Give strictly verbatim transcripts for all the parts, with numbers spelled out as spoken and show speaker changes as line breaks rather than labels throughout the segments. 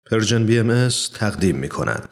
پرژن بی ام اس تقدیم می کند.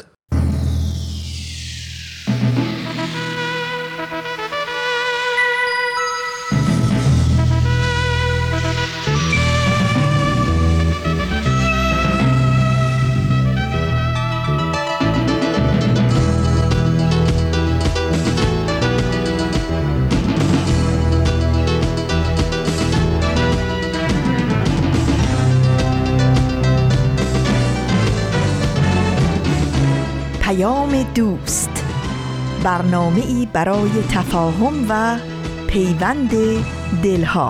دوست، برنامه‌ای برای تفاهم و پیوند دلها.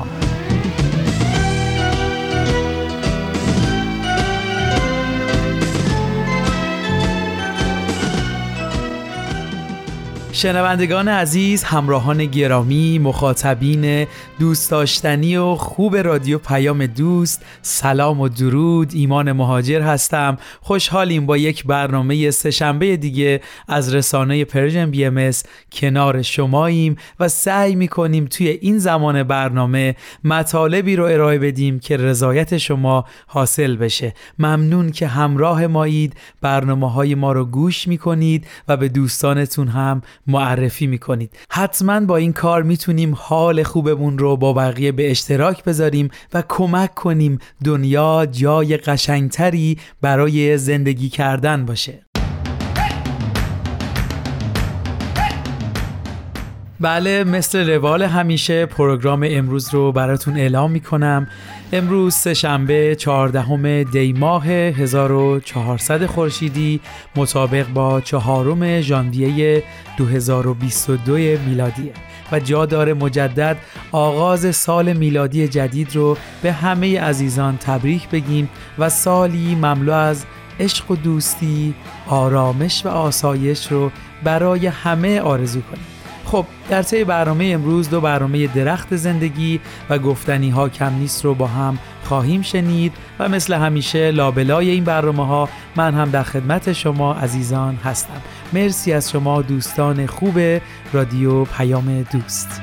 شنوندگان عزیز، همراهان گرامی، مخاطبین دوست داشتنی و خوب رادیو پیام دوست، سلام و درود. ایمان مهاجر هستم. خوشحالیم با یک برنامه سه‌شنبه دیگه از رسانه پرژن بی ام اس کنار شماییم و سعی میکنیم توی این زمان برنامه مطالبی رو ارائه بدیم که رضایت شما حاصل بشه. ممنون که همراه مایید، برنامه‌های ما رو گوش میکنید و به دوستانتون هم معرفی میکنید. حتما با این کار میتونیم حال خوبمون رو با بقیه به اشتراک بذاریم و کمک کنیم دنیا جای قشنگتری برای زندگی کردن باشه. بله، مثل روال همیشه پروگرام امروز رو براتون اعلام میکنم. امروز سه‌شنبه چهاردهم دی ماه هزار و چهارصد خورشیدی مطابق با چهارم ژانویه دو هزار و بیست و دو میلادیه و جا داره مجدد آغاز سال میلادی جدید رو به همه عزیزان تبریک بگیم و سالی مملو از عشق و دوستی، آرامش و آسایش رو برای همه آرزو کنیم. خب در طی برنامه امروز دو برنامه درخت زندگی و گفتنی ها کم نیست رو با هم خواهیم شنید و مثل همیشه لابلای این برنامه ها من هم در خدمت شما عزیزان هستم. مرسی از شما دوستان خوب رادیو پیام دوست.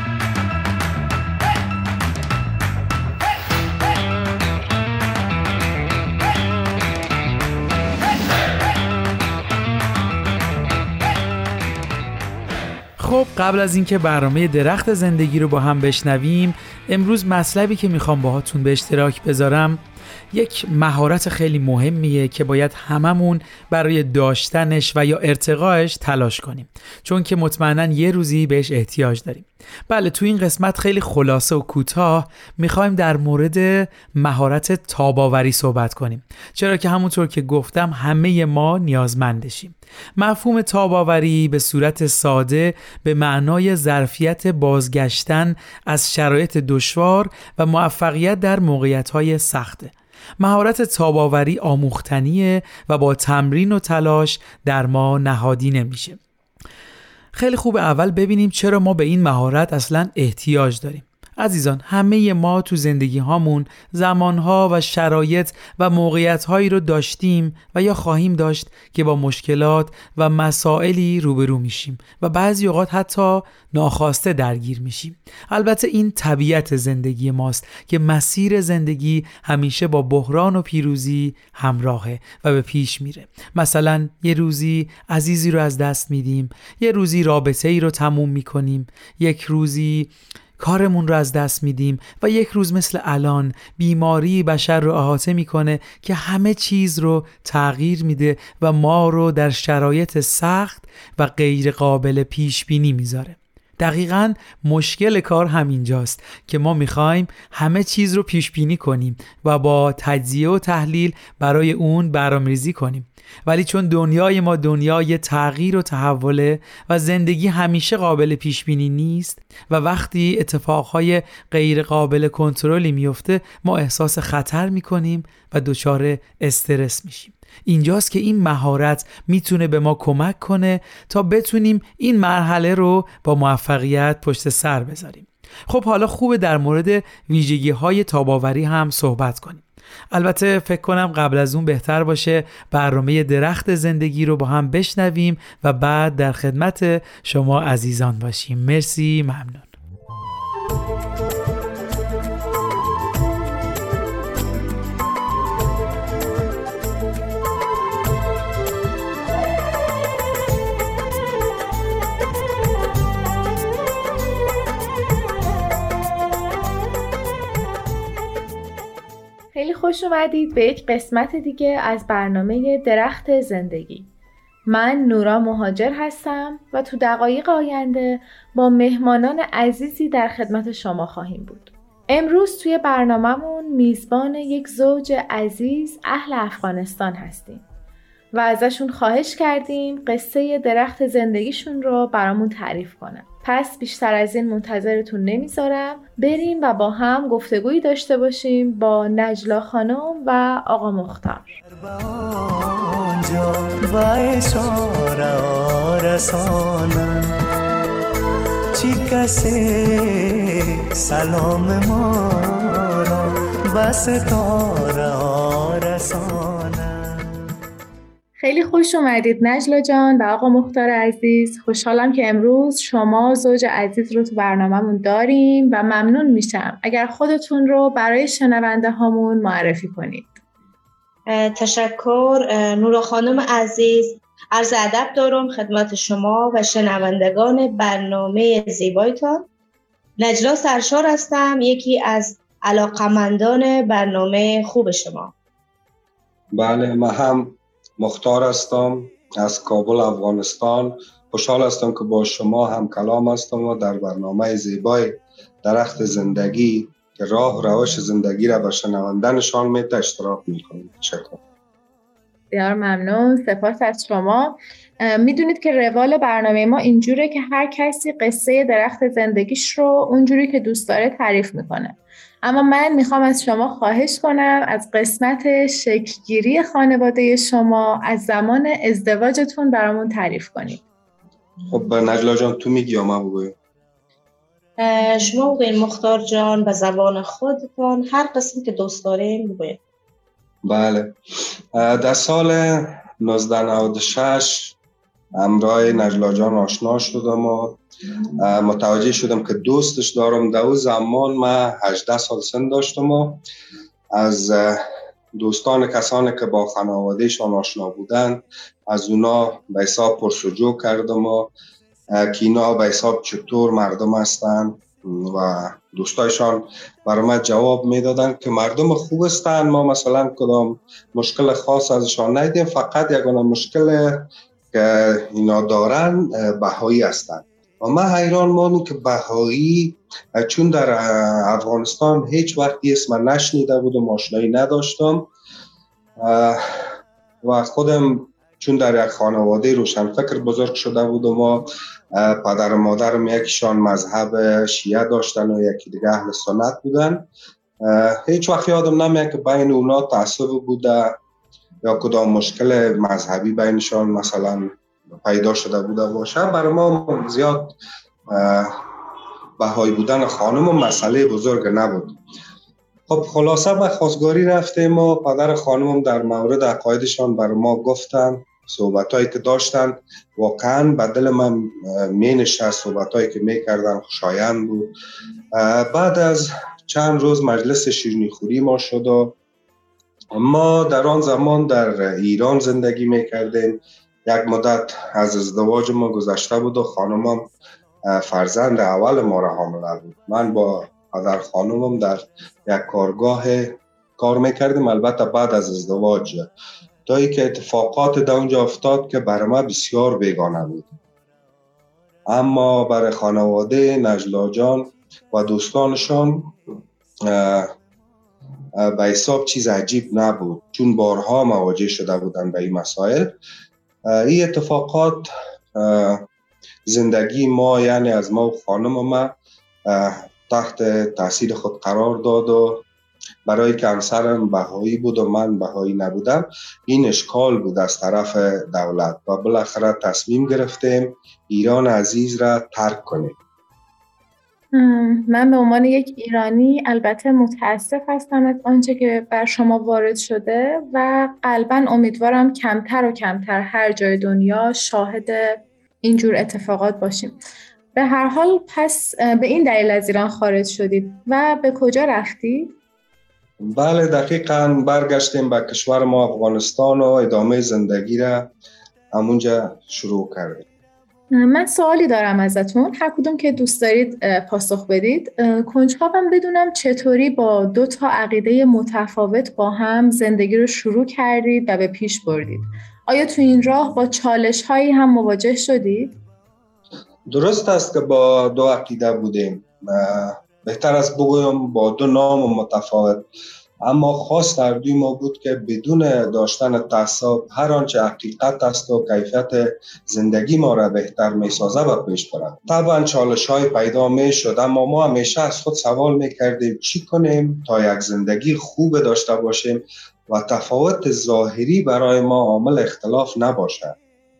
خب قبل از اینکه برنامه درخت زندگی رو با هم بشنویم، امروز مطلبی که میخوام باهاتون به اشتراک بذارم یک مهارت خیلی مهمیه که باید هممون برای داشتنش و یا ارتقاش تلاش کنیم، چون که مطمئناً یه روزی بهش احتیاج داریم. بله، تو این قسمت خیلی خلاصه و کوتاه میخوایم در مورد مهارت تاب‌آوری صحبت کنیم، چرا که همونطور که گفتم همه ما نیازمندشیم. مفهوم تاب‌آوری به صورت ساده به معنای ظرفیت بازگشتن از شرایط دشوار و موفقیت در موقعیت‌های سخته. مهارت تاب‌آوری آموختنیه و با تمرین و تلاش در ما نهادی نمیشه. خیلی خوب اول ببینیم چرا ما به این مهارت اصلا احتیاج داریم. عزیزان، همه ما تو زندگی هامون زمانها و شرایط و موقعیت هایی رو داشتیم و یا خواهیم داشت که با مشکلات و مسائلی روبرو میشیم و بعضی اوقات حتی ناخواسته درگیر میشیم. البته این طبیعت زندگی ماست که مسیر زندگی همیشه با بحران و پیروزی همراهه و به پیش میره. مثلا یه روزی عزیزی رو از دست میدیم، یه روزی رابطه ای رو تموم میکنیم، یک روزی کارمون رو از دست میدیم و یک روز مثل الان بیماری بشر رو احاطه میکنه که همه چیز رو تغییر میده و ما رو در شرایط سخت و غیر قابل پیش بینی میذاره. دقیقاً مشکل کار همینجاست که ما میخوایم همه چیز رو پیش بینی کنیم و با تجزیه و تحلیل برای اون برنامه‌ریزی کنیم، ولی چون دنیای ما دنیای تغییر و تحوله و زندگی همیشه قابل پیش بینی نیست و وقتی اتفاقهای غیر قابل کنترلی میفته ما احساس خطر میکنیم و دچار استرس میشیم. اینجاست که این مهارت میتونه به ما کمک کنه تا بتونیم این مرحله رو با موفقیت پشت سر بذاریم. خب حالا خوبه در مورد ویژگی‌های تاب‌آوری هم صحبت کنیم. البته فکر کنم قبل از اون بهتر باشه برنامه درخت زندگی رو با هم بشنویم و بعد در خدمت شما عزیزان باشیم. مرسی، ممنون.
خوش اومدید به یک قسمت دیگه از برنامه درخت زندگی. من نورا مهاجر هستم و تو دقایق آینده با مهمانان عزیزی در خدمت شما خواهیم بود. امروز توی برنامه‌مون میزبان یک زوج عزیز اهل افغانستان هستیم و ازشون خواهش کردیم قصه درخت زندگیشون رو برامون تعریف کنن. پس بیشتر از این منتظرتون نمیذارم، بریم و با هم گفتگویی داشته باشیم با نجلا خانم و آقا مختار. چی کسی سلام ما را بس تاره رسانه. خیلی خوش اومدید نجلا جان و آقا مختار عزیز. خوشحالم که امروز شما زوج عزیز رو تو برنامه‌مون داریم و ممنون میشم اگر خودتون رو برای شنونده هامون معرفی کنید.
تشکر نورا خانم عزیز. عرض ادب دارم خدمت شما و شنوندگان برنامه زیبایتان. نجلا سرشار هستم، یکی از علاقمندان برنامه خوب شما.
بله، من هم مختار هستم از کابل افغانستان. خوشحال هستم که با شما هم کلام هستم و در برنامه زیبای درخت زندگی که راه روش زندگی را به شنونده نشان میده اشتراک میکنم. تشکر.
بسیار ممنون، سپاس از شما. میدونید که روال برنامه ما اینجوره که هر کسی قصه درخت زندگیش رو اونجوری که دوست داره تعریف میکنه، اما من میخوام از شما خواهش کنم از قسمت شکلگیری خانواده شما از زمان ازدواجتون برامون تعریف کنید.
خب نجلا جان تو میگی یا من بگویم؟
شما بگوین مختار جان، به زبان خودتون هر قسم که دوست دارین بگوین.
بله، در سال نوزده نود و شش همراه نجلا جان آشنا شدم و متوجه شدم که دوستش دارم. در اون زمان من هجده سال سن داشتم و از دوستان کسانی که با خانوادهشان آشنا بودند از اونا به حساب پرسجو کردم و که اینا به حساب چطور مردم هستن و دوستایشان برای من جواب میدادن که مردم خوب هستن، ما مثلا کدام مشکل خاص ازشان ندیدیم، فقط یگانه مشکل که اینا دارن بهایی هستن. و من حیران ماندم که بهایی چون در افغانستان هیچ وقتی اسم نشنیده بودم، آشنایی نداشتم و خودم چون در یک خانواده روشن فکر بزرگ شده بودم و پدر و مادرم یکیشان مذهب شیعه داشتن و یکی دیگه اهل سنت بودن، هیچ وقت یادم نمیاد که بین اونا تعصب بوده یا کدام مشکل مذهبی بینشان مثلا پیدا شده بوده باشه. برای ما زیاد بهایی بودن خانم و مسئله بزرگ نبود. خب خلاصه به خواستگاری رفتیم و پدر خانمم در مورد عقایدشان برای ما گفتن. صحبتایی که داشتن واقعا به دل من می نشست، صحبتایی که می کردن خوشایند بود. بعد از چند روز مجلس شیرینی خوری ما شد و ما در آن زمان در ایران زندگی می کردیم. یک مدت از ازدواج ما گذشته بود و خانمم فرزند اول ما را حامله بود. من با پدر خانمم در یک کارگاه کار میکردیم، البته بعد از ازدواج، تا ای که اتفاقات در اونجا افتاد که برای ما بسیار بیگانه بود. اما برای خانواده نجلا جان و دوستانشان به حساب چیز عجیب نبود، چون بارها مواجه شده بودن به این مسائل. این اتفاقات زندگی ما، یعنی از ما و خانم ما، تحت تاثیر خود قرار داد و برای که همسرم بهایی بود و من بهایی نبودم این اشکال بود از طرف دولت و بالاخره تصمیم گرفتیم ایران عزیز را ترک کنیم.
من به عنوان یک ایرانی البته متاسف هستم از آنچه که بر شما وارد شده و قلباً امیدوارم کمتر و کمتر هر جای دنیا شاهد اینجور اتفاقات باشیم. به هر حال پس به این دلیل از ایران خارج شدید و به کجا رفتید؟
بله دقیقاً برگشتیم به کشور ما افغانستان و ادامه زندگی را همونجا شروع کردیم.
من سوالی دارم ازتون، هر کدوم که دوست دارید پاسخ بدید. کنجکاوم بدونم چطوری با دو تا عقیده متفاوت با هم زندگی رو شروع کردید و به پیش بردید؟ آیا تو این راه با چالش هایی هم مواجه شدید؟
درست است که با دو عقیده بودیم، بهتر است بگویم با دو نام متفاوت، اما خاص در دوی ما بود که بدون داشتن تعصب هر آنچه حقیقت است و کیفیت زندگی ما را بهتر می سازه و پیش برد. طبعا چالش های پیدا می شد، اما ما همیشه از خود سوال می کردیم چی کنیم تا یک زندگی خوب داشته باشیم و تفاوت ظاهری برای ما عامل اختلاف نباشد.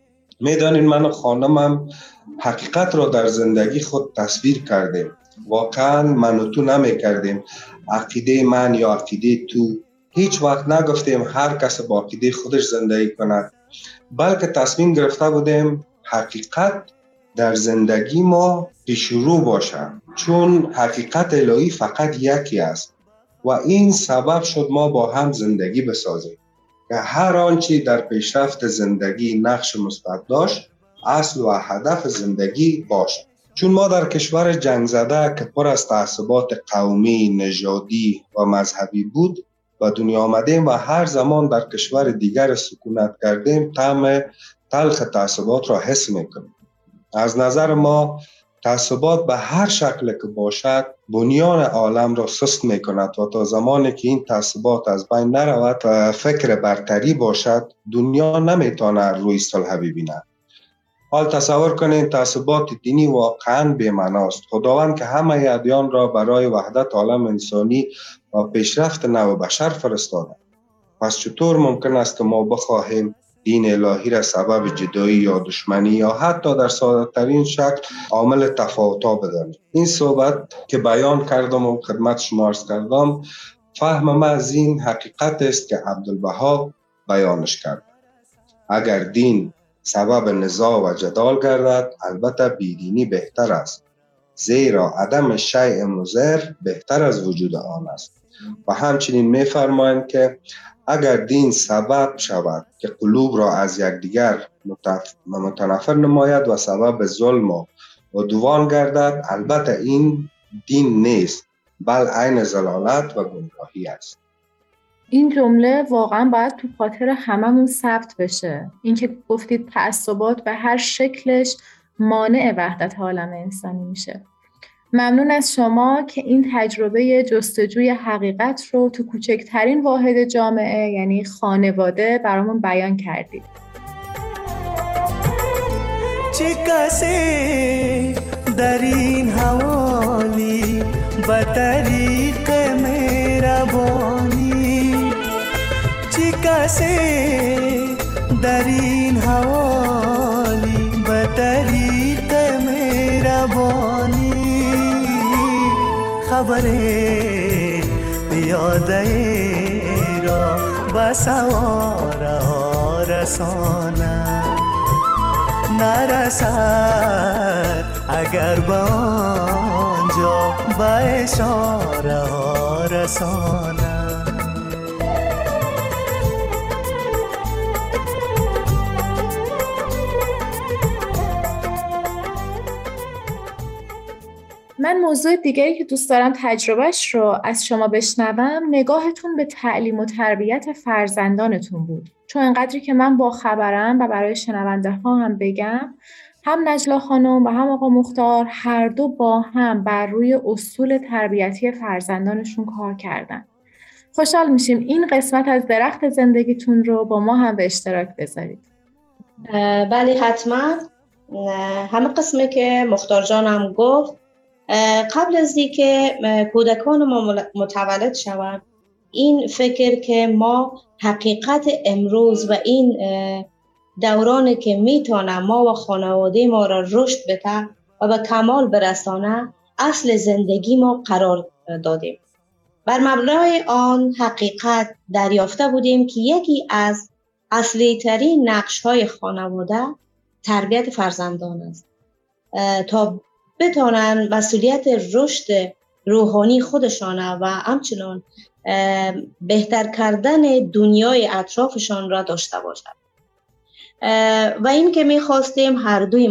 می دانید من و خانمم حقیقت را در زندگی خود تصویر کردیم. واقعا من و تو نمی کردیم عقیده من یا عقیده تو. هیچ وقت نگفتیم هر کس با عقیده خودش زندگی کند، بلکه تصمیم گرفته بودیم حقیقت در زندگی ما پیشرو باشد، چون حقیقت الهی فقط یکی است و این سبب شد ما با هم زندگی بسازیم که هر آنچه در پیشرفت زندگی نقش مثبت داشت اصل و هدف زندگی باشد. چون ما در کشور جنگ زده که پر از تعصبات قومی، نژادی و مذهبی بود و دنیا آمدیم و هر زمان در کشور دیگر سکونت کردیم، طعم تلخ تعصبات را حس میکنیم. از نظر ما تعصبات به هر شکل که باشد بنیان عالم را سست میکند و تا زمانی که این تعصبات از بین نرود و فکر برتری باشد دنیا نمیتواند روی صلح ببیند. حال تصور کنید تعصبات دینی واقعاً بی‌معناست. خداوند که همه ادیان را برای وحدت عالم انسانی و پیشرفت نوع بشر فرستاده. پس چطور ممکن است که ما بخواهیم دین الهی را سبب جدایی یا دشمنی یا حتی در ساده‌ترین شکل عامل تفاوت‌ها بدانیم؟ این صحبت که بیان کردم و خدمت شما عرض کردم فهم ما از این حقیقت است که عبدالبها بیانش کرد. اگر دین سبب نزاع و جدال گردد، البته بیدینی بهتر است، زیرا عدم شیء مضر بهتر از وجود آن است. و همچنین می فرمایند که اگر دین سبب شود که قلوب را از یکدیگر متنفر نماید و سبب ظلم و عدوان گردد، البته این دین نیست بل عین ضلالت و گمراهی است.
این جمله واقعا باید تو خاطر هممون ثبت بشه. این که گفتید تعصبات به هر شکلش مانع وحدت عالم انسانی میشه. ممنون از شما که این تجربه جستجوی حقیقت رو تو کوچکترین واحد جامعه یعنی خانواده برامون بیان کردید.
چه کسی در این حوالی به طریق مهربانی، چه کسی در این حوالی به طریق مهربانی، خبره پیاده را به سواره ها رسانه، نرسد اگر به آنجا به اشاره ها رسانه.
من موضوع دیگری که دوست دارم تجربهش رو از شما بشنوم نگاهتون به تعلیم و تربیت فرزندانتون بود. چون انقدری که من با خبرم و برای شنونده ها هم بگم، هم نجلا خانم و هم آقا مختار هر دو با هم بر روی اصول تربیتی فرزندانشون کار کردن. خوشحال میشیم این قسمت از درخت زندگیتون رو با ما هم به اشتراک بذارید.
بله حتما. همه قسمی که مختار جانم گفت، قبل از اینکه کودکان ما متولد شوند، این فکر که ما حقیقت امروز و این دورانی که میتونه ما و خانواده ما را رشد بده و به کمال برسانه اصل زندگی ما قرار دادیم. بر مبنای آن حقیقت دریافته بودیم که یکی از اصلی ترین نقش های خانواده تربیت فرزندان است تا بتونن مسئولیت رشد روحانی خودشان و همچنان بهتر کردن دنیای اطرافشان را داشته باشند. و این که می‌خواستیم هر دوی ما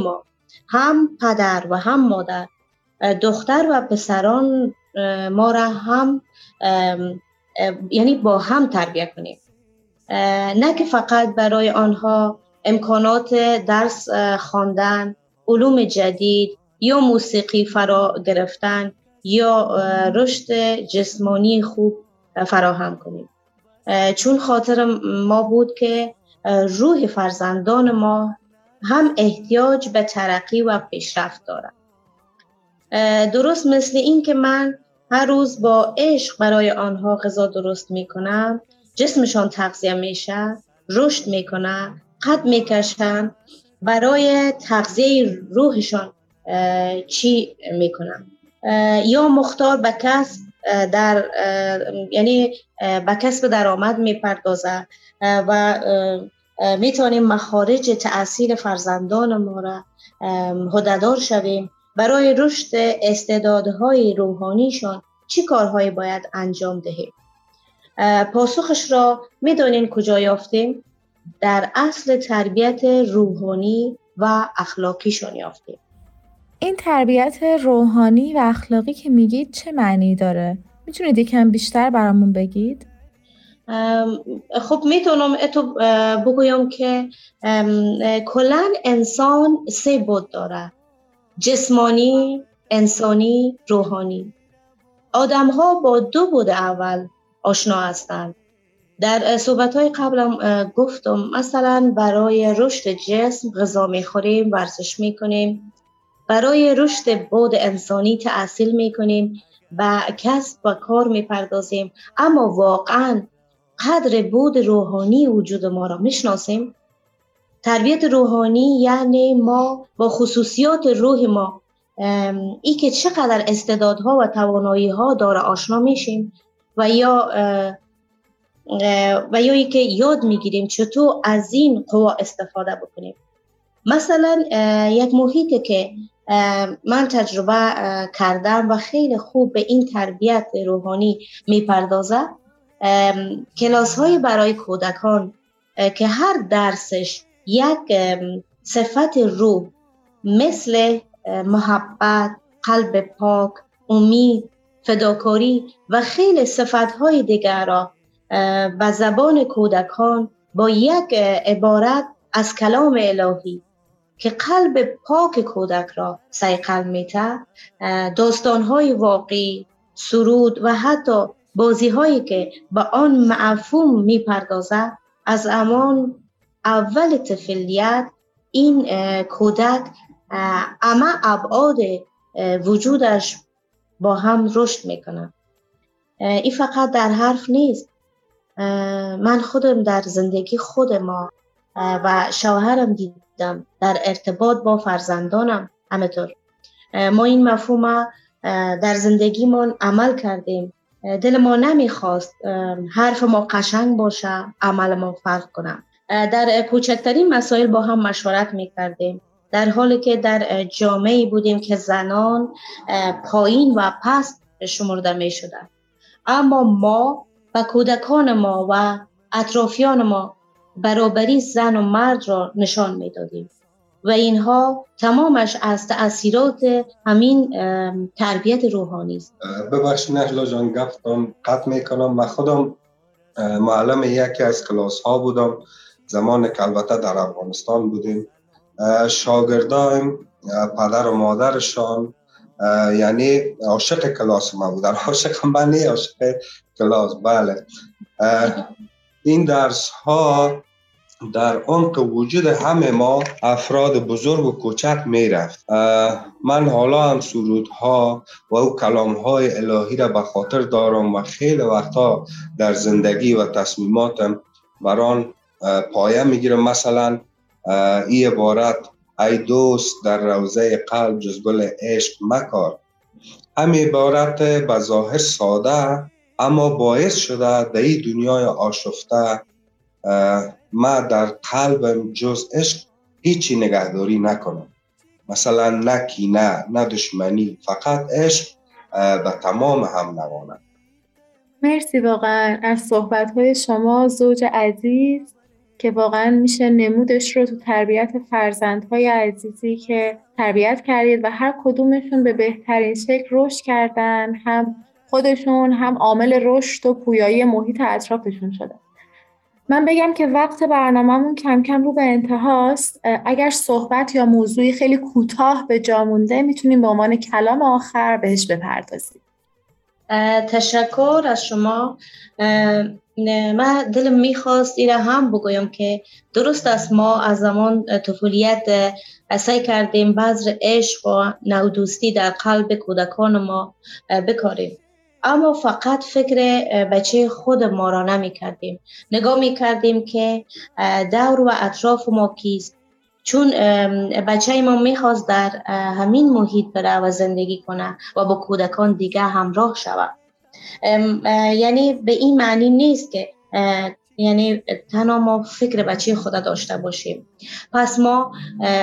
هم پدر و هم مادر، دختر و پسران ما را هم یعنی با هم تربیت کنیم، نه که فقط برای آنها امکانات درس خواندن، علوم جدید یا موسیقی فرا گرفتن یا رشد جسمانی خوب فراهم کنیم. چون خاطر ما بود که روح فرزندان ما هم احتیاج به ترقی و پیشرفت دارد. درست مثل این که من هر روز با عشق برای آنها غذا درست می کنم، جسمشان تغذیه میشه، رشد میکنه، قد میکشن، برای تغذیه روحشان چی میکنم؟ یا مختار به کسب در یعنی به کسب درآمد میپردازه و میتونیم مخارج تأثیر فرزندان ما را هده‌دار شویم. برای رشد استعدادهای روحانیشان چی کارهایی باید انجام دهیم؟ پاسخش را میدانین کجا یافتیم؟ در اصل تربیت روحانی و اخلاقیشان یافتیم.
این تربیت روحانی و اخلاقی که میگید چه معنی داره؟ میتونید یکم بیشتر برامون بگید؟
خب میتونم اتو بگویم که کلاً انسان سه بود داره: جسمانی، انسانی، روحانی. آدم ها با دو بود اول آشنا هستند. در صحبت‌های قبلم گفتم مثلا برای رشد جسم غذا میخوریم، ورزش میکنیم، برای رشد بود انسانی تحصیل میکنیم، و کسب و کار میپردازیم، اما واقعا قدر بود روحانی وجود ما را میشناسیم؟ تربیت روحانی یعنی ما با خصوصیات روح ما، ای که چقدر استعدادها و توانایی‌ها داره آشنا میشیم، و یا و یا ای که یاد میگیریم چطور از این قوا استفاده بکنیم. مثلا یک محیطی که من تجربه کردم و خیلی خوب به این تربیت روحانی میپردازه، کلاس های برای کودکان که هر درسش یک صفت روح مثل محبت، قلب پاک، امید، فداکاری و خیلی صفتهای دیگر را به زبان کودکان با یک عبارت از کلام الهی که قلب پاک کودک را صیقل میته، داستانهای واقعی، سرود و حتی بازیهایی که به آن مفهوم میپردازه، از امان اول طفولیت این کودک اما ابعاد وجودش با هم رشد میکنه. این فقط در حرف نیست. من خودم در زندگی خود ما و شوهرم دیدم، در ارتباط با فرزندانم همینطور. ما این مفهوم در زندگیمون عمل کردیم. دل ما نمیخواست حرف ما قشنگ باشه، عمل ما فرق کنه. در کوچکترین مسائل با هم مشورت میکردیم، در حالی که در جامعه بودیم که زنان پایین و پست شمرده میشدند. اما ما و کودکان ما و اطرافیان ما برابری زن و مرد را نشان میدادیم و اینها تمامش از تأثیرات همین تربیت روحانی است.
ببخشید نجلا جان، گفتم قطع میکنم. من خودم معلم یکی از کلاس ها بودم زمان که البته در افغانستان بودیم. شاگردایم پدر و مادرشان یعنی عاشق کلاس ما بودن. عاشق من نه، عاشق کلاس. بله، این درس ها در عمق وجود همه ما افراد بزرگ و کوچک می رفت. من حالا هم سرودها و او کلامهای الهی را به خاطر دارم و خیلی وقتا در زندگی و تصمیماتم بران پایه می گیرم. مثلا این عبارت: ای دوست در روضه قلب جز گل عشق مکار. همین عبارت به ظاهر ساده اما باعث شده در این دنیای آشفته ما در قلبم جز عشق هیچی نگهداری نکنم. مثلا نه کینه، نه دشمنی، فقط عشق به تمام هم نوانم.
مرسی واقعا از صحبت‌های شما زوج عزیز که واقعا میشه نمودش رو تو تربیت فرزندهای عزیزی که تربیت کردید و هر کدومشون به بهترین شکل رشد کردن، هم خودشون هم عامل رشد و پویایی محیط اطرافشون شدن. من بگم که وقت برنامه‌مون کم کم رو به انتهاست. اگر صحبت یا موضوعی خیلی کوتاه به جا مونده میتونیم به عنوان کلام آخر بهش بپردازیم.
تشکر از شما. من دلم میخواست ایره هم بگویم که درست است ما از زمان طفولیت سعی کردیم بذر عشق و نودوستی در قلب کودکان ما بکاریم، اما فقط فکر بچه خود ما را نمی کردیم. نگاه می کردیم که دور و اطراف ما کیست، چون بچه ما می خواست در همین محیط بره و زندگی کنه و با کودکان دیگه همراه شود. یعنی به این معنی نیست که یعنی تنها ما فکر بچه خود داشته باشیم. پس ما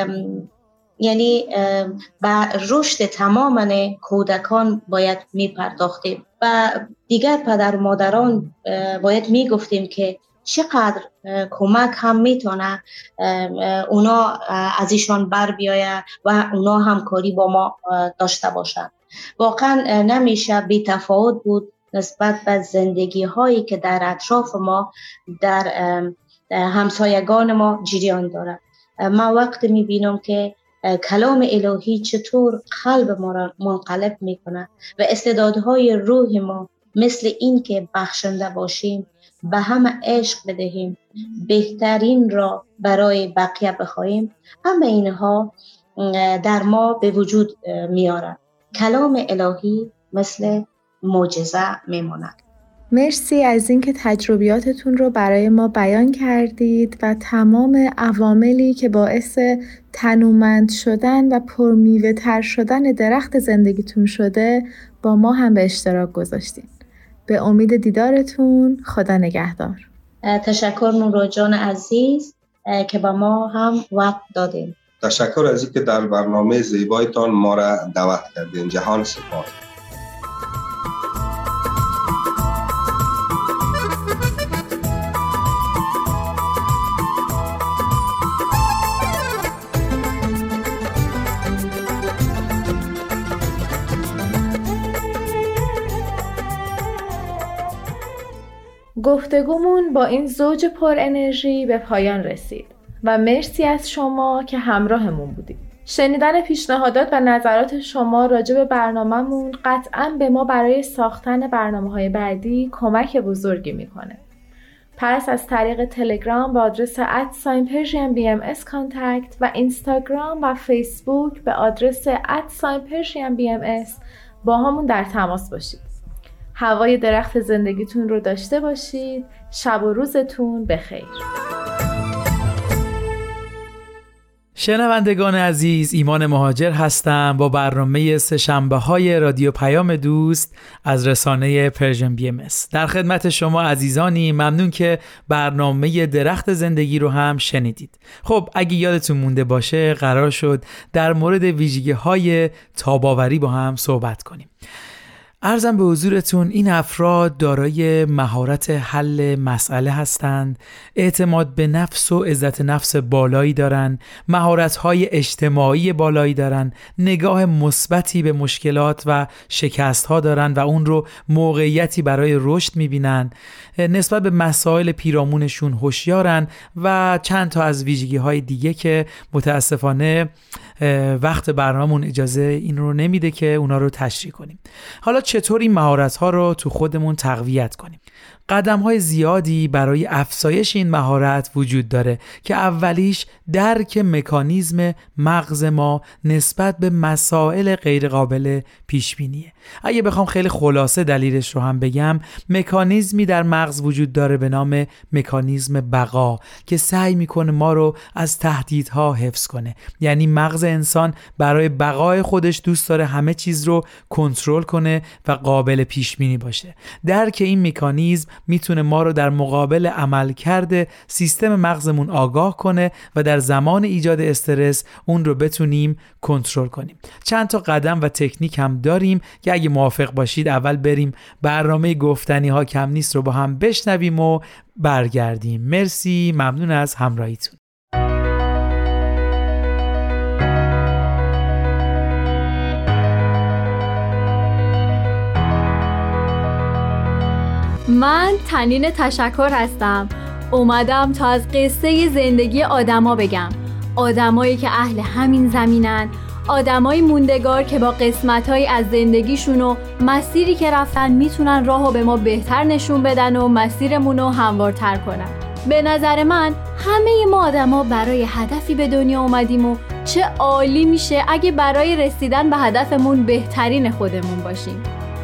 یعنی به رشد تماما کودکان باید می پرداختیم و دیگر پدر و مادران باید می گفتیم که چقدر کمک هم میتونه اونا از ایشان بر بیایه و اونا همکاری با ما داشته باشند. واقعا نمیشه بی تفاوت بود نسبت به زندگی هایی که در اطراف ما در همسایگان ما جریان دارد. ما وقت میبینم که کلام الهی چطور قلب ما را منقلب میکنه و استعدادهای روح ما مثل این که بخشنده باشیم، به همه عشق بدهیم، بهترین را برای بقیه بخواهیم، همه اینها در ما به وجود میارد. کلام الهی مثل معجزه میماند.
مرسی از اینکه تجربیاتتون رو برای ما بیان کردید و تمام عواملی که باعث تنومند شدن و پرمیوه تر شدن درخت زندگیتون شده با ما هم به اشتراک گذاشتین. به امید دیدارتون. خدا نگهدار.
تشکر نورا جان عزیز که با ما هم وقت دادین.
تشکر از اینکه در برنامه زیبایتان ما را دعوت کردین. جهان سپاس.
گفتگومون با این زوج پر انرژی به پایان رسید و مرسی از شما که همراهمون بودید. شنیدن پیشنهادات و نظرات شما راجع به برنامه‌مون قطعاً به ما برای ساختن برنامه‌های بعدی کمک بزرگی میکنه. پس از طریق تلگرام با آدرس ات ساین پرژین بی ام اس کانتکت و اینستاگرام و فیسبوک به آدرس ات ساین پرژین بی ام اس با همون در تماس باشید. هوای درخت زندگیتون رو داشته باشید. شب و روزتون بخیر.
شنوندگان عزیز، ایمان مهاجر هستم با برنامه سه شنبه های رادیو پیام دوست از رسانه پرژن بی ام اس. در خدمت شما عزیزانی، ممنون که برنامه درخت زندگی رو هم شنیدید. خب اگه یادتون مونده باشه قرار شد در مورد ویژگی های تاباوری با هم صحبت کنیم. عرضم به حضورتون این افراد دارای مهارت حل مسئله هستند، اعتماد به نفس و عزت نفس بالایی دارن، مهارت‌های اجتماعی بالایی دارن، نگاه مثبتی به مشکلات و شکست‌ها دارن و اون رو موقعیتی برای رشد می‌بینن، نسبت به مسائل پیرامونشون هوشیارن و چند تا از ویژگی‌های دیگه که متاسفانه وقت برنامه‌مون اجازه این رو نمیده که اونا رو تشریح کنیم. حالا چطور این مهارت‌ها رو تو خودمون تقویت کنیم؟ قدم‌های زیادی برای افزایش این مهارت وجود داره که اولیش درک مکانیزم مغز ما نسبت به مسائل غیر قابل پیش بینیه. اگه بخوام خیلی خلاصه دلیلش رو هم بگم، مکانیزمی در مغز وجود داره به نام مکانیزم بقا که سعی میکنه ما رو از تهدیدها حفظ کنه. یعنی مغز انسان برای بقای خودش دوست داره همه چیز رو کنترل کنه و قابل پیش بینی باشه. درک این مکانیزم میتونه ما رو در مقابل عملکرد سیستم مغزمون آگاه کنه و در زمان ایجاد استرس اون رو بتونیم کنترل کنیم. چند تا قدم و تکنیک هم داریم که اگه موافق باشید اول بریم برنامه گفتنی ها کم نیست رو با هم بشنویم و برگردیم. مرسی، ممنون از همراهیتون.
من تنین تشکر هستم. اومدم تا از قصه زندگی آدما بگم. آدمایی که اهل همین زمینن، آدمای موندگار که با قسمتایی از زندگیشون و مسیری که رفتن میتونن راهو به ما بهتر نشون بدن و مسیرمون رو هموارتر کنن. به نظر من همه ما آدما برای هدفی به دنیا اومدیم و چه عالی میشه اگه برای رسیدن به هدفمون بهترین خودمون باشیم.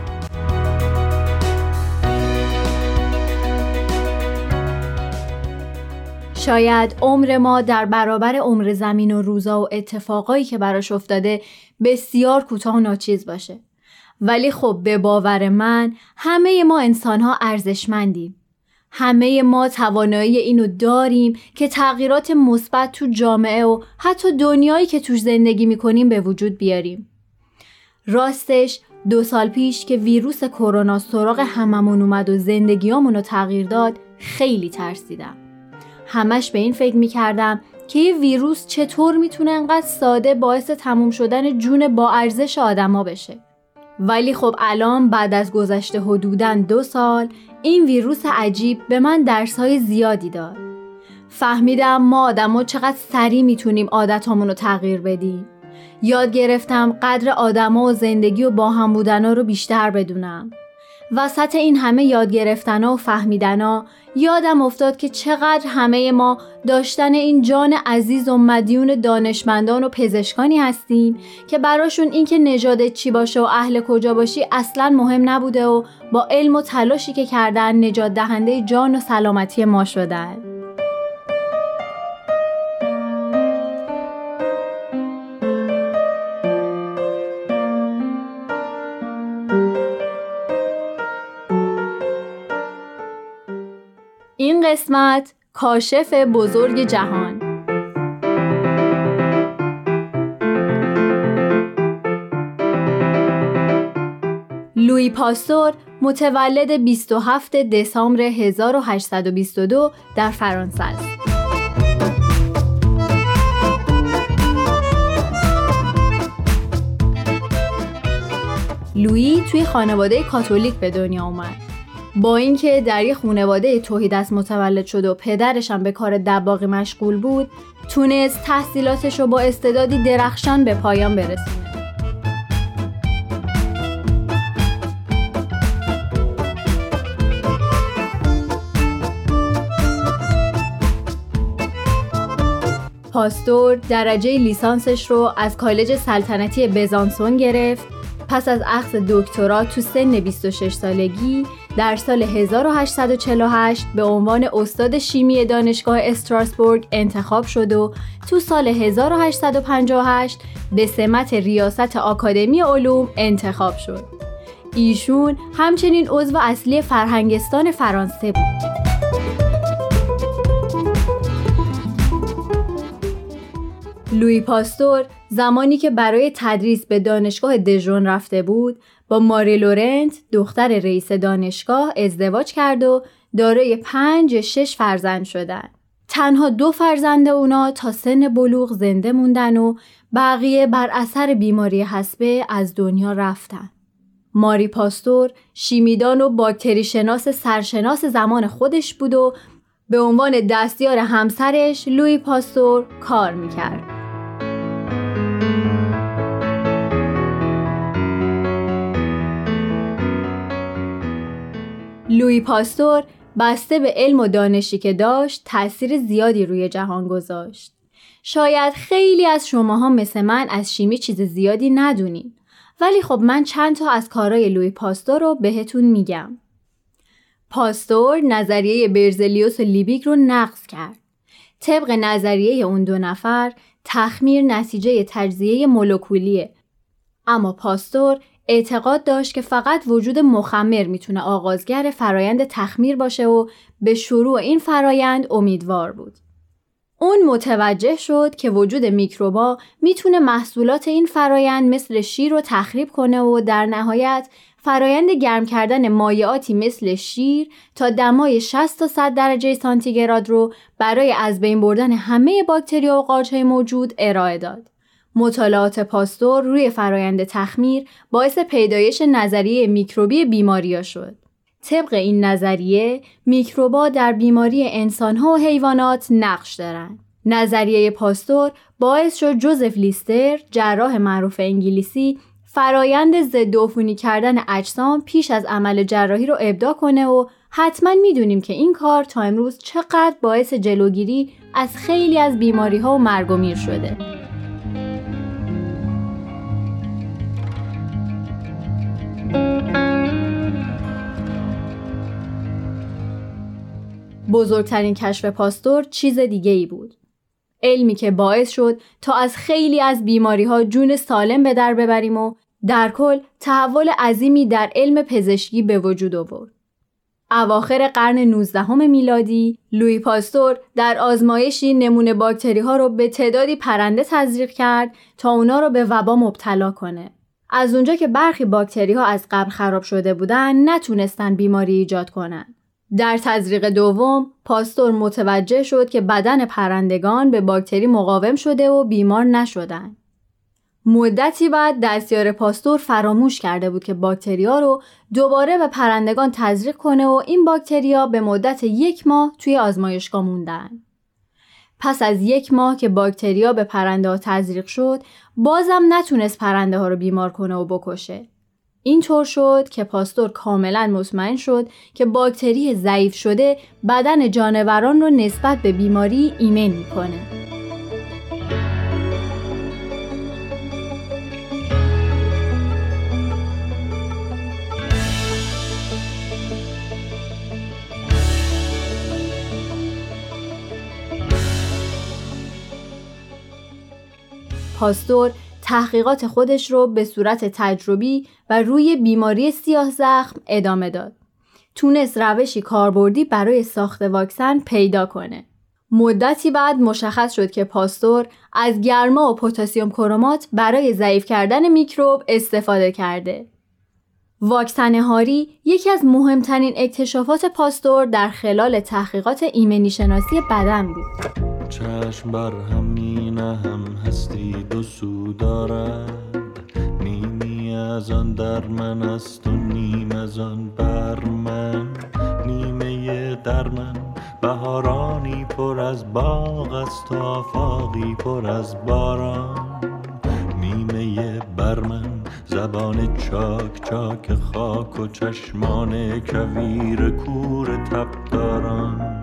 شاید عمر ما در برابر عمر زمین و روزا و اتفاقایی که براش افتاده بسیار کوتاه و ناچیز باشه. ولی خب به باور من همه ما انسان‌ها ارزشمندیم. همه ما توانایی اینو داریم که تغییرات مثبت تو جامعه و حتی دنیایی که توش زندگی می‌کنیم به وجود بیاریم. راستش دو سال پیش که ویروس کرونا سراغ هممون اومد و زندگیامونو تغییر داد خیلی ترسیدم. همش به این فکر می‌کردم که یه ویروس چطور میتونه انقدر ساده باعث تموم شدن جون با ارزش آدما بشه. ولی خب الان بعد از گذشته حدوداً دو سال این ویروس عجیب به من درس‌های زیادی داد. فهمیدم ما آدما چقدر سریع میتونیم عادتامون رو تغییر بدیم. یاد گرفتم قدر آدما و زندگی و با هم بودنا رو بیشتر بدونم. وسط این همه یاد گرفتنا و فهمیدنا یادم افتاد که چقدر همه ما داشتن این جان عزیز و مدیون دانشمندان و پزشکانی هستیم که براشون این که نژادت چی باشه و اهل کجا باشی اصلاً مهم نبوده و با علم و تلاشی که کردن نجات دهنده جان و سلامتی ما شدن. این قسمت کاشف بزرگ جهان. لویی پاستور متولد بیست و هفتم دسامبر هزار و هشتصد و بیست و دو در فرانسه است. لویی توی خانواده کاتولیک به دنیا اومد. با اینکه در یک خانواده توحیدست متولد شد و پدرش هم به کار دباغی مشغول بود، تونست تحصیلاتش رو با استعدادی درخشان به پایان برسونه. پاستور درجه لیسانسش رو از کالج سلطنتی بزانسون گرفت. پس از اخذ دکترا تو سن بیست و شش سالگی در سال هزار و هشتصد و چهل و هشت به عنوان استاد شیمی دانشگاه استراسبورگ انتخاب شد و تو سال هزار و هشتصد و پنجاه و هشت به سمت ریاست آکادمی علوم انتخاب شد. ایشون همچنین عضو اصلی فرهنگستان فرانسه بود. لویی پاستور زمانی که برای تدریس به دانشگاه دژون رفته بود با ماری لورنت دختر رئیس دانشگاه ازدواج کرد و دارای پنج شش فرزند شدن. تنها دو فرزند اونا تا سن بلوغ زنده موندن و بقیه بر اثر بیماری حصبه از دنیا رفتن. ماری پاستور شیمیدان و باکتری شناس سرشناس زمان خودش بود و به عنوان دستیار همسرش لویی پاستور کار میکرد. لویی پاستور بسته به علم و دانشی که داشت تأثیر زیادی روی جهان گذاشت. شاید خیلی از شماها مثل من از شیمی چیز زیادی ندونین، ولی خب من چند تا از کارهای لویی پاستور رو بهتون میگم. پاستور نظریه برزلیوس و لیبیگ رو نقض کرد. طبق نظریه اون دو نفر تخمیر نتیجه تجزیه مولکولیه، اما پاستور اعتقاد داشت که فقط وجود مخمر میتونه آغازگر فرایند تخمیر باشه و به شروع این فرایند امیدوار بود. اون متوجه شد که وجود میکروبا میتونه محصولات این فرایند مثل شیر رو تخریب کنه و در نهایت فرایند گرم کردن مایعاتی مثل شیر تا دمای شصت تا صد درجه سانتیگراد رو برای از بین بردن همه باکتریا و قارچ‌های موجود ارائه داد. مطالعات پاستور روی فرایند تخمیر باعث پیدایش نظریه میکروبی بیماری‌ها شد. طبق این نظریه، میکروبا در بیماری انسان‌ها و حیوانات نقش دارند. نظریه پاستور باعث شد جوزف لیستر، جراح معروف انگلیسی، فرایند ضد عفونی کردن اجسام پیش از عمل جراحی رو ابداع کنه و حتما میدونیم که این کار تا امروز چقدر باعث جلوگیری از خیلی از بیماری‌ها و مرگ و میر شده. بزرگترین کشف پاستور چیز دیگه ای بود. علمی که باعث شد تا از خیلی از بیماری‌ها جون سالم به در ببریم و در کل تحول عظیمی در علم پزشکی به وجود آورد. اواخر قرن نوزدهم میلادی، لویی پاستور در آزمایشی نمونه باکتری‌ها رو به تعدادی پرنده تزریق کرد تا اونا رو به وبا مبتلا کنه. از اونجا که برخی باکتری‌ها از قبل خراب شده بودن، نتونستن بیماری ایجاد کنن. در تزریق دوم، پاستور متوجه شد که بدن پرندگان به باکتری مقاوم شده و بیمار نشدن. مدتی بعد دستیار پاستور فراموش کرده بود که باکتریا رو دوباره به پرندگان تزریق کنه و این باکتریا به مدت یک ماه توی آزمایشگاه موندن. پس از یک ماه که باکتریا به پرنده ها تزریق شد، بازم نتونست پرنده ها رو بیمار کنه و بکشه. اینطور شد که پاستور کاملا مطمئن شد که باکتری ضعیف شده بدن جانوران رو نسبت به بیماری ایمن میکنه. پاستور تحقیقات خودش رو به صورت تجربی و روی بیماری سیاه زخم ادامه داد. تونست روشی کاربردی برای ساخت واکسن پیدا کنه. مدتی بعد مشخص شد که پاستور از گرما و پتاسیم کرومات برای ضعیف کردن میکروب استفاده کرده. واکسن هاری یکی از مهمترین اکتشافات پاستور در خلال تحقیقات ایمنی شناسی بدن بود.
چشم بر هم می نهم هستی دو سو دارد، نیمی از آن در من است و نیم از آن بر من. نیمه در من بهارانی پر از باغ است و آفاقی پر از باران. نیمه بر من زبان چاک چاک خاک و چشمان کویر کور تبداران.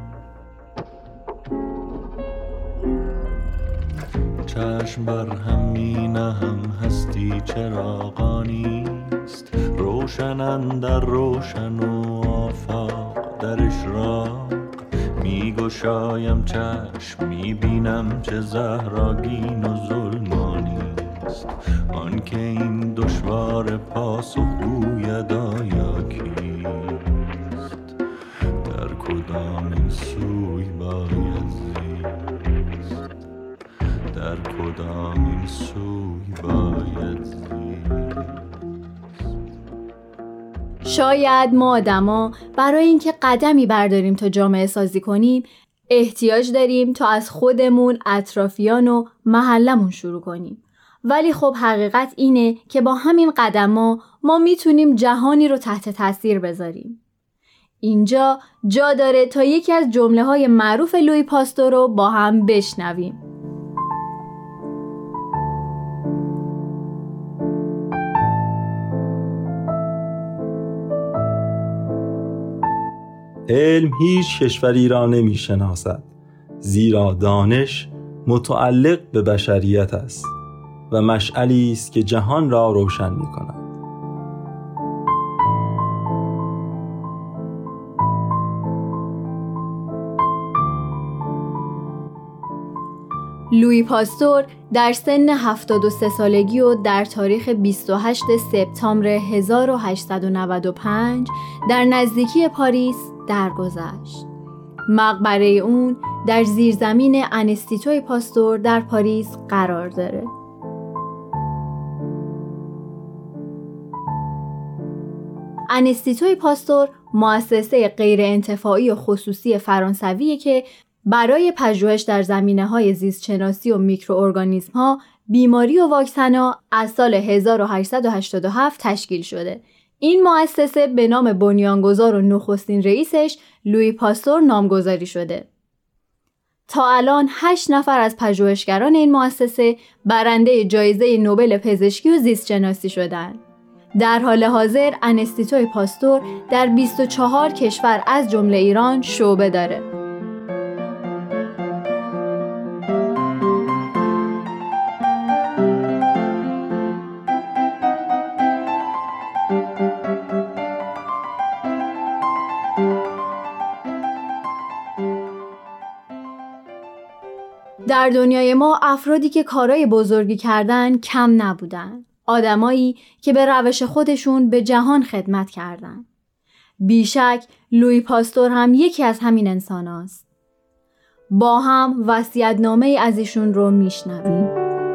چشم بر هم می نهم هستی چراغانیست، روشن اندر روشن و آفاق در اشراق. می گشایم چشم می بینم چه زهراگین و ظلمانیست، آن که این دشوار پاسخ گوید آیا کیست. در کدام این سوی باید زیست، در کدام این سوی باید زیست.
شاید ما آدما برای اینکه قدمی برداریم تا جامعه سازی کنیم احتیاج داریم تا از خودمون، اطرافیان و محلمون شروع کنیم. ولی خب حقیقت اینه که با همین قدم‌ها ما میتونیم جهانی رو تحت تاثیر بذاریم. اینجا جا داره تا یکی از جمله‌های معروف لویی پاستور رو با هم بشنویم.
علم هیچ کشوری را نمی شناسد، زیرا دانش متعلق به بشریت است و مشعلی است که جهان را روشن می کند.
لویی پاستور در سن هفتاد و سه سالگی و در تاریخ بیست و هشتم سپتامبر هزار و هشتصد و نود و پنج در نزدیکی پاریس درگذشت. مقبره اون در زیرزمین انستیتوی پاستور در پاریس قرار داره. انستیتوی پاستور مؤسسه غیر انتفاعی و خصوصی فرانسویه که برای پژوهش در زمینه‌های زیستشناسی و میکروارگانیسم‌ها، بیماری و واکسن‌ها از سال هزار و هشتصد و هشتاد و هفت تشکیل شده. این مؤسسه به نام بنیانگذار و نخستین رئیسش لویی پاستور نامگذاری شده. تا الان هشت نفر از پژوهشگران این مؤسسه برنده جایزه نوبل پزشکی و زیستشناسی شدند. در حال حاضر انستیتوی پاستور در بیست و چهار کشور از جمله ایران شعبه داره. در دنیای ما افرادی که کارهای بزرگی کردن کم نبودن. آدمایی که به روش خودشون به جهان خدمت کردن. بیشک لویی پاستور هم یکی از همین انسان هاست. با هم وصیت‌نامه از ایشون رو میشنویم.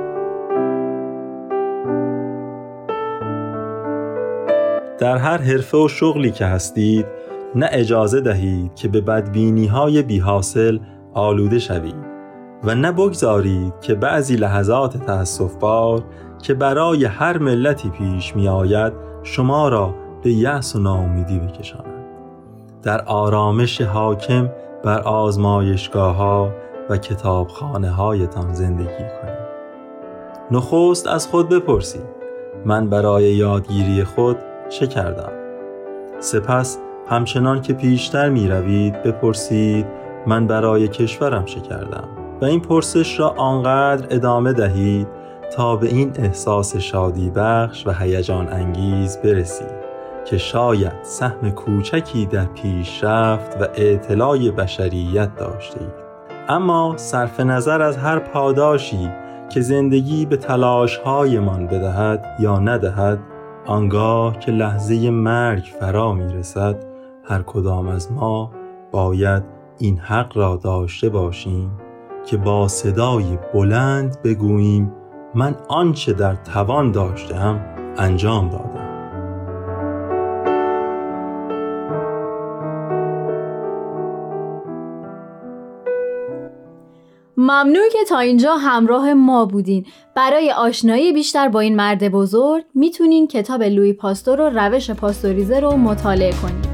در هر حرفه و شغلی که هستید نه اجازه دهید که به بدبینی‌های بی‌حاصل آلوده شوید و نه بگذارید که بعضی لحظات تأسف‌بار که برای هر ملتی پیش می آید شما را به یأس و ناامیدی بکشاند. در آرامش حاکم بر آزمایشگاه‌ها و کتابخانه‌هایتان زندگی کنید. نخست از خود بپرسید من برای یادگیری خود چه کردم؟ سپس همچنان که پیشتر می روید بپرسید من برای کشورم چه کردم؟ و این پرسش را آنقدر ادامه دهید تا به این احساس شادی بخش و هیجان انگیز برسید که شاید سهم کوچکی در پیشرفت و اطلاع بشریت داشتید. اما صرف نظر از هر پاداشی که زندگی به تلاش‌هایمان بدهد یا ندهد، آنگاه که لحظه مرگ فرا میرسد هر کدام از ما باید این حق را داشته باشیم که با صدای بلند بگوییم من آنچه در توان داشتم انجام دادم.
ممنون که تا اینجا همراه ما بودین. برای آشنایی بیشتر با این مرد بزرگ میتونین کتاب لویی پاستور و روش پاستوریزه رو مطالعه کنید.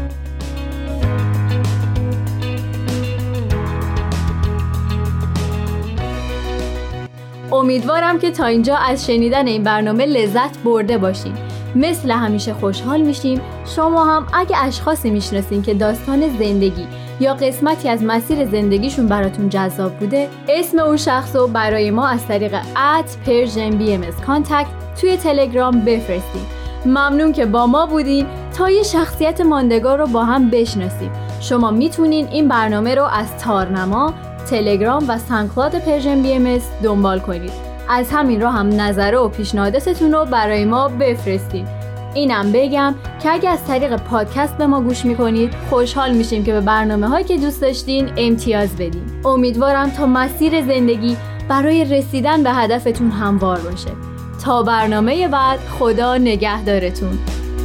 امیدوارم که تا اینجا از شنیدن این برنامه لذت برده باشین. مثل همیشه خوشحال میشیم شما هم اگه اشخاصی میشناسین که داستان زندگی یا قسمتی از مسیر زندگیشون براتون جذاب بوده، اسم اون شخص رو برای ما از طریق ات پرژن بی ام اس کانتکت توی تلگرام بفرستید. ممنون که با ما بودین تا یه شخصیت ماندگار رو با هم بشناسیم. شما میتونین این برنامه رو از تارنما، تلگرام و سانکلاد پرژن بی ام اس دنبال کنید. از همین راه هم نظره و پیشنهاداتتون رو برای ما بفرستید. اینم بگم که اگه از طریق پادکست به ما گوش میکنید خوشحال میشیم که به برنامه هایی که دوست داشتین امتیاز بدین. امیدوارم تا مسیر زندگی برای رسیدن به هدفتون هموار باشه. تا برنامه بعد، خدا نگهدارتون.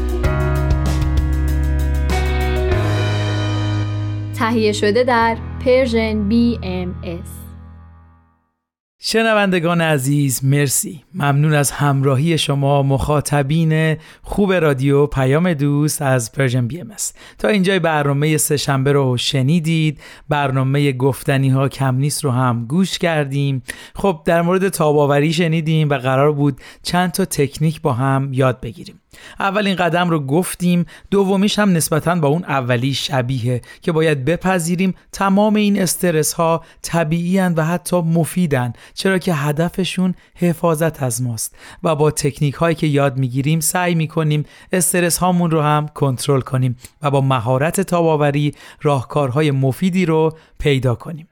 تهیه شده در پرژن بی ام اس.
شنوندگان عزیز، مرسی. ممنون از همراهی شما مخاطبین خوب رادیو پیام دوست از پرژن بی ام اس. تا اینجای برنامه سه شنبه رو شنیدید. برنامه گفتنی ها کم نیست رو هم گوش کردیم. خب در مورد تاب‌آوری شنیدیم و قرار بود چند تا تکنیک با هم یاد بگیریم. اولین قدم رو گفتیم، دومیش هم نسبتاً با اون اولی شبیه که باید بپذیریم تمام این استرس ها طبیعی اند و حتی مفیدن، چرا که هدفشون حفاظت از ماست و با تکنیک هایی که یاد میگیریم سعی میکنیم استرس هامون رو هم کنترل کنیم و با مهارت تاب‌آوری راهکارهای مفیدی رو پیدا کنیم.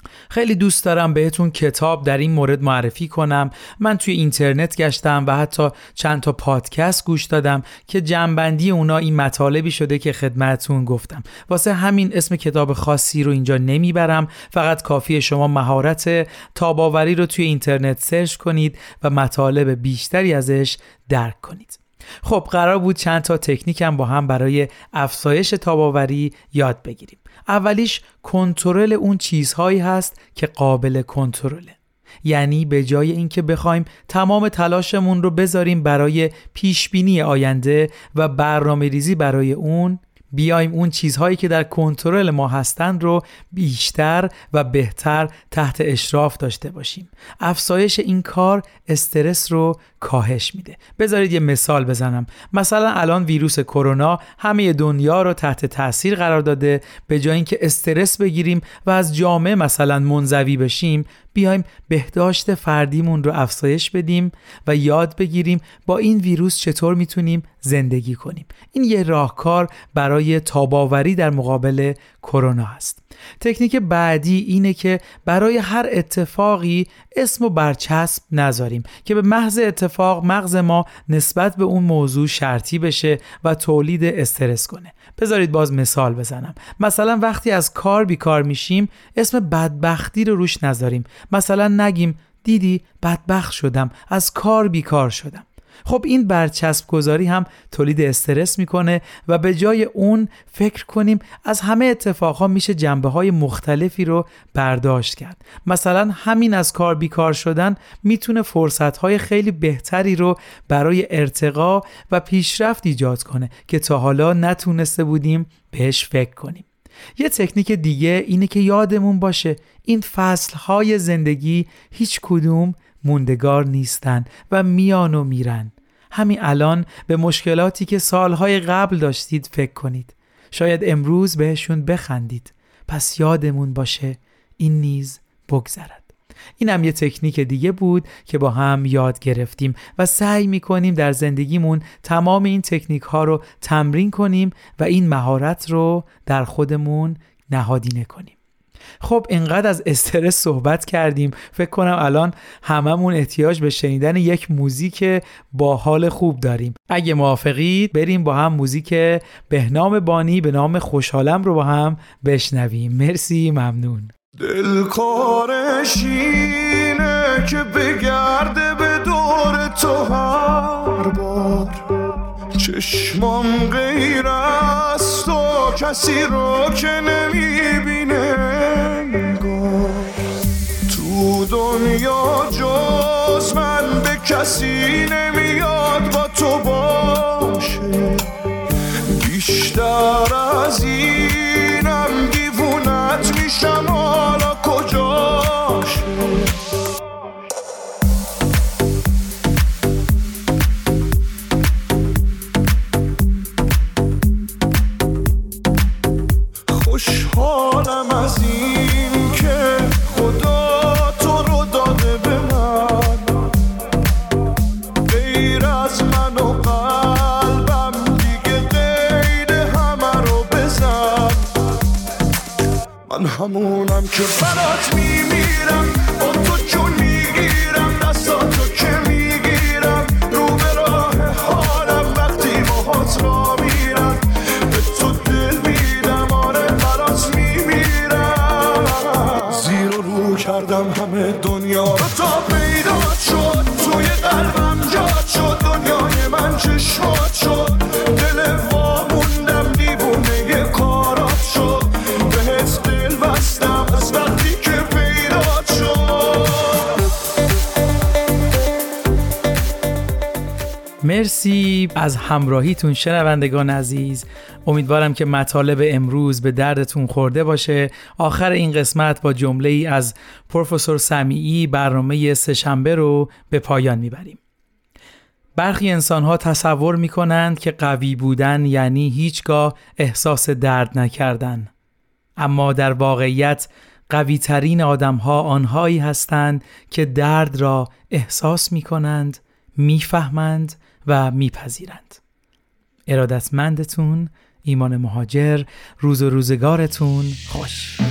خیلی دوست دارم بهتون کتاب در این مورد معرفی کنم. من توی اینترنت گشتم و حتی چند تا پادکست گوش دادم که جمع‌بندی اونا این مطالبی شده که خدمتتون گفتم. واسه همین اسم کتاب خاصی رو اینجا نمیبرم، فقط کافیه شما مهارت تاب‌آوری رو توی اینترنت سرچ کنید و مطالب بیشتری ازش درک کنید. خب قرار بود چند تا تکنیک هم با هم برای افزایش تاب‌آوری یاد بگیریم. اولیش کنترل اون چیزهایی هست که قابل کنترله. یعنی به جای اینکه بخوایم تمام تلاشمون رو بذاریم برای پیشبینی آینده و برنامه‌ریزی برای اون، بیایم اون چیزهایی که در کنترل ما هستن رو بیشتر و بهتر تحت اشراف داشته باشیم. افزایش این کار استرس رو کاهش میده. بذارید یه مثال بزنم. مثلا الان ویروس کرونا همه دنیا رو تحت تاثیر قرار داده. به جای اینکه استرس بگیریم و از جامعه مثلا منزوی بشیم، بیایم بهداشت فردیمون رو افزایش بدیم و یاد بگیریم با این ویروس چطور میتونیم زندگی کنیم. این یه راهکار برای تاب‌آوری در مقابل کرونا است. تکنیک بعدی اینه که برای هر اتفاقی اسم و برچسب نذاریم که به محض اتفاق مغز ما نسبت به اون موضوع شرطی بشه و تولید استرس کنه. بذارید باز مثال بزنم. مثلا وقتی از کار بیکار میشیم اسم بدبختی رو روش نذاریم. مثلا نگیم دیدی بدبخت شدم، از کار بیکار شدم. خب این برچسب گذاری هم تولید استرس میکنه و به جای اون فکر کنیم از همه اتفاقها میشه جنبه های مختلفی رو برداشت کرد. مثلا همین از کار بیکار شدن میتونه فرصت های خیلی بهتری رو برای ارتقا و پیشرفت ایجاد کنه که تا حالا نتونسته بودیم بهش فکر کنیم. یه تکنیک دیگه اینه که یادمون باشه این فصلهای زندگی هیچ کدوم موندگار نیستن و میان و میرن. همین الان به مشکلاتی که سالهای قبل داشتید فکر کنید. شاید امروز بهشون بخندید. پس یادمون باشه این نیز بگذرد. این هم یه تکنیک دیگه بود که با هم یاد گرفتیم و سعی میکنیم در زندگیمون تمام این تکنیک ها رو تمرین کنیم و این مهارت رو در خودمون نهادینه کنیم. خب اینقدر از استرس صحبت کردیم، فکر کنم الان هممون احتیاج به شنیدن یک موزیک با حال خوب داریم. اگه موافقید بریم با هم موزیک بهنام بانی به نام خوشحالم رو با هم بشنویم. مرسی، ممنون.
دلکارش اینه که بگرده به دور تو هر بار، چشمام غیر از تو کسی رو که نمیبینه انگار، تو دنیا جز من به کسی نمیاد با تو باشه، بیشتر از اینم دیوونت میشم حالا کجاشه. خوشحالم از این که خدا تو رو داده به من، غیر از من و قلبم دیگه قید همه رو بزن. من همونم که برات میمیرم، با تو جون میگیرم، دستاتو که میگیرم، رو به راه حالم وقتی باهات را میرم، به تو دل میدم، آره برات میمیرم. زیر و رو کردم همه دنیا رو تا پیدا شد، توی قلبم جاد شد، دنیای من چشمات شد، دل واموندم دیوونه کارات شد، بهت دل بستم از وقتی که پیدا شد.
مرسی از همراهیتون شنوندگان عزیز. امیدوارم که مطالب امروز به دردتون خورده باشه. آخر این قسمت با جمله ای از پروفسور سمیعی برنامه سه‌شنبه رو به پایان میبریم. برخی انسان‌ها تصور می‌کنند که قوی بودن یعنی هیچگاه احساس درد نکردن. اما در واقعیت قوی ترین آدم‌ها آنهایی هستند که درد را احساس می‌کنند، می‌فهمند و می‌پذیرند. ارادتمندتون ایمان مهاجر. روز و روزگارتون خوش.